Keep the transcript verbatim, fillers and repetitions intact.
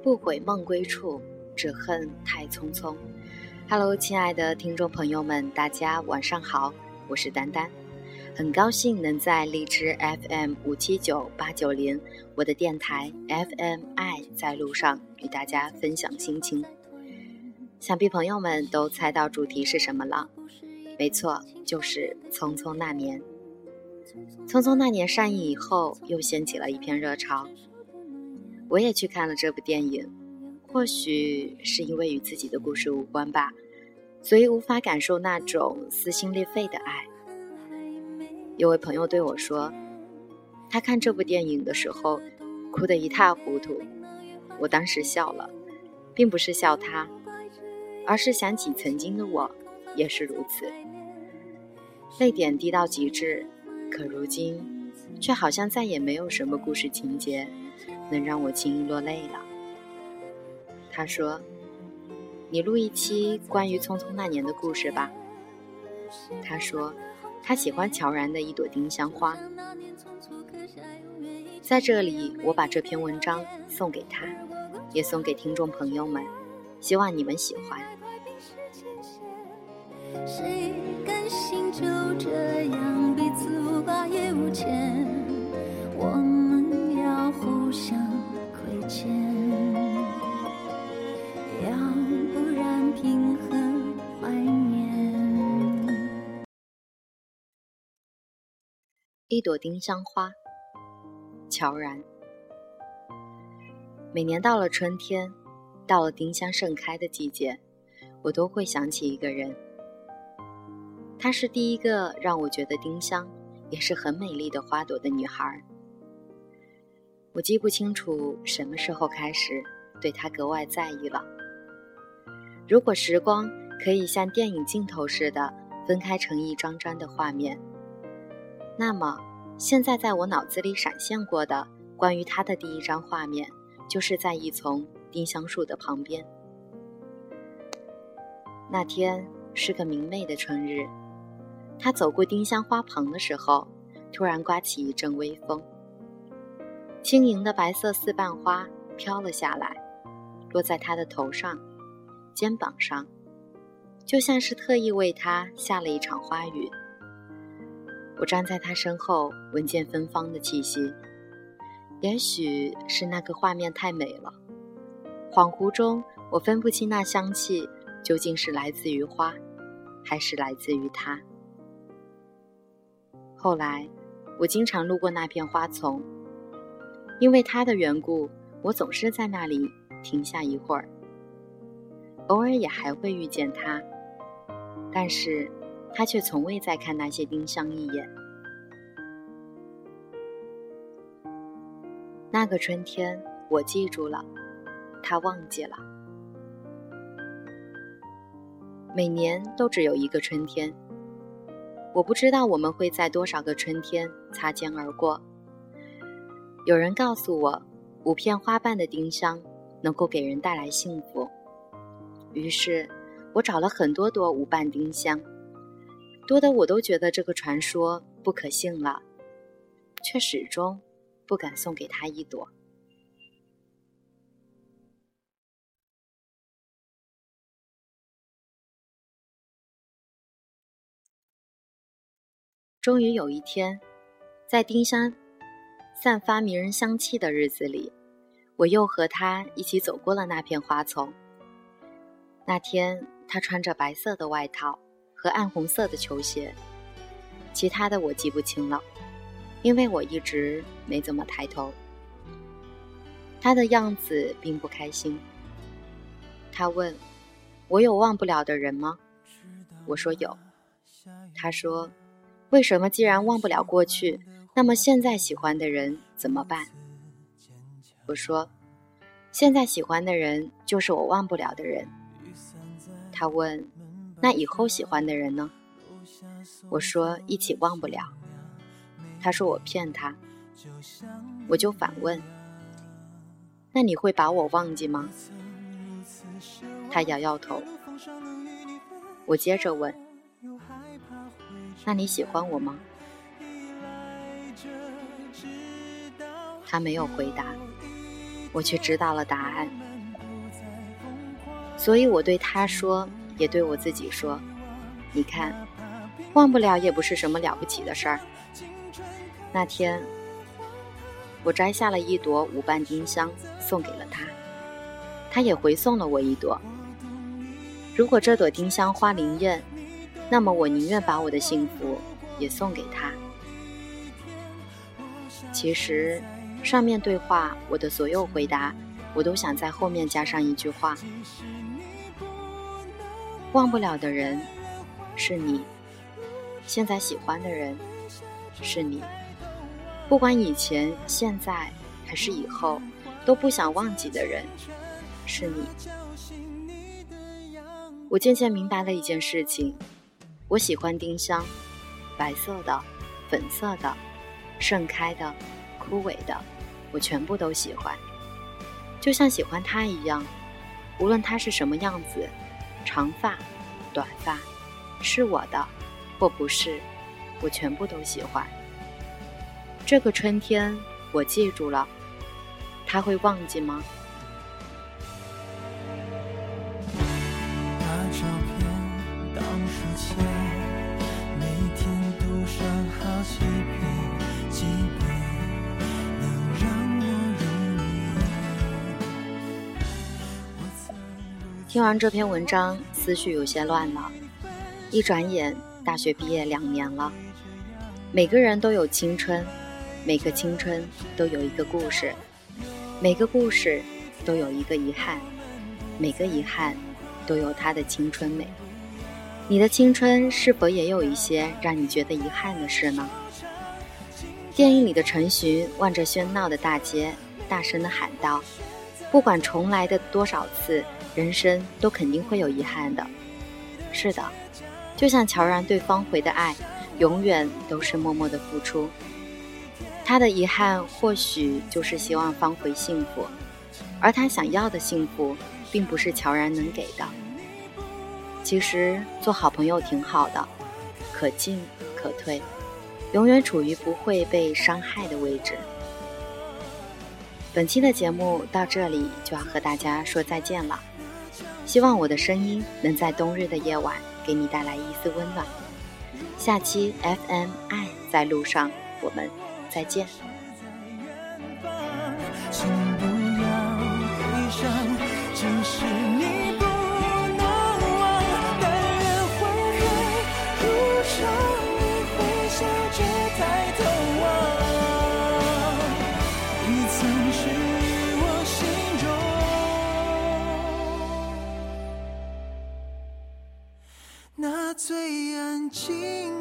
不悔梦归处，只恨太匆匆。Hello， 亲爱的听众朋友们，大家晚上好，我是丹丹，很高兴能在荔枝 F M 五七九八九零我的电台 F M 爱在路上与大家分享心情。想必朋友们都猜到主题是什么了，没错，就是匆匆那年。匆匆那年上映以后，又掀起了一片热潮。我也去看了这部电影，或许是因为与自己的故事无关吧，所以无法感受那种撕心裂肺的爱。有位朋友对我说，他看这部电影的时候哭得一塌糊涂。我当时笑了，并不是笑他，而是想起曾经的我也是如此，泪点低到极致，可如今却好像再也没有什么故事情节能让我轻易落泪了。他说，你录一期关于匆匆那年的故事吧。他说他喜欢乔然的一朵丁香花。在这里，我把这篇文章送给他，也送给听众朋友们，希望你们喜欢。 谁甘心就这样彼此无挂也无牵，我们要互相亏欠，要不然凭何怀念。 一朵丁香花，乔然。每年到了春天，到了丁香盛开的季节，我都会想起一个人。她是第一个让我觉得丁香也是很美丽的花朵的女孩。我记不清楚什么时候开始对她格外在意了。如果时光可以像电影镜头似的分开成一张张的画面，那么现在在我脑子里闪现过的关于她的第一张画面，就是在一丛丁香树的旁边。那天是个明媚的春日，他走过丁香花旁的时候，突然刮起一阵微风，轻盈的白色四瓣花飘了下来，落在他的头上、肩膀上，就像是特意为他下了一场花雨。我站在他身后，闻见芬芳的气息，也许是那个画面太美了，恍惚中我分不清那香气究竟是来自于花，还是来自于他。后来我经常路过那片花丛，因为他的缘故，我总是在那里停下一会儿，偶尔也还会遇见他，但是他却从未再看那些丁香一眼。那个春天我记住了，他忘记了。每年都只有一个春天，我不知道我们会在多少个春天擦肩而过。有人告诉我，五片花瓣的丁香能够给人带来幸福，于是我找了很多朵五瓣丁香，多得我都觉得这个传说不可信了，却始终不敢送给他一朵。终于有一天，在丁香散发迷人香气的日子里，我又和他一起走过了那片花丛。那天他穿着白色的外套和暗红色的球鞋，其他的我记不清了，因为我一直没怎么抬头。他的样子并不开心。他问，我有忘不了的人吗？我说有。他说，为什么既然忘不了过去，那么现在喜欢的人怎么办？我说，现在喜欢的人就是我忘不了的人。他问，那以后喜欢的人呢？我说，一起忘不了。他说我骗他。我就反问，那你会把我忘记吗？他摇摇头。我接着问，那你喜欢我吗？他没有回答，我却知道了答案。 所以我对他说，也对我自己说，你看，忘不了也不是什么了不起的事儿。那天我摘下了一朵五瓣丁香送给了他，他也回送了我一朵。如果这朵丁香花灵验，那么我宁愿把我的幸福也送给他。其实上面对话我的所有回答，我都想在后面加上一句话，忘不了的人是你，现在喜欢的人是你，不管以前现在还是以后都不想忘记的人是你。我渐渐明白了一件事情，我喜欢丁香，白色的、粉色的、盛开的、枯萎的，我全部都喜欢，就像喜欢它一样，无论它是什么样子，长发、短发，是我的或不是，我全部都喜欢。这个春天我记住了，他会忘记吗？ 把照片当书签，每天读上好几遍几遍，能让我入眠。 听完这篇文章，思绪有些乱了。一转眼大学毕业两年了，每个人都有青春，每个青春都有一个故事，每个故事都有一个遗憾，每个遗憾都有它的青春美。你的青春是否也有一些让你觉得遗憾的事呢？电影里的陈寻望着喧闹的大街，大声地喊道，不管重来的多少次，人生都肯定会有遗憾的。是的，就像乔然对方回的爱，永远都是默默的付出。他的遗憾或许就是希望方回幸福，而他想要的幸福并不是乔然能给的。其实做好朋友挺好的，可进可退，永远处于不会被伤害的位置。本期的节目到这里就要和大家说再见了，希望我的声音能在冬日的夜晚给你带来一丝温暖。下期 F M 爱在路上，我们再见。 请不要悲伤，只是你不能忘。但愿花开路上，你会笑着抬头望。你曾是我心中那最安静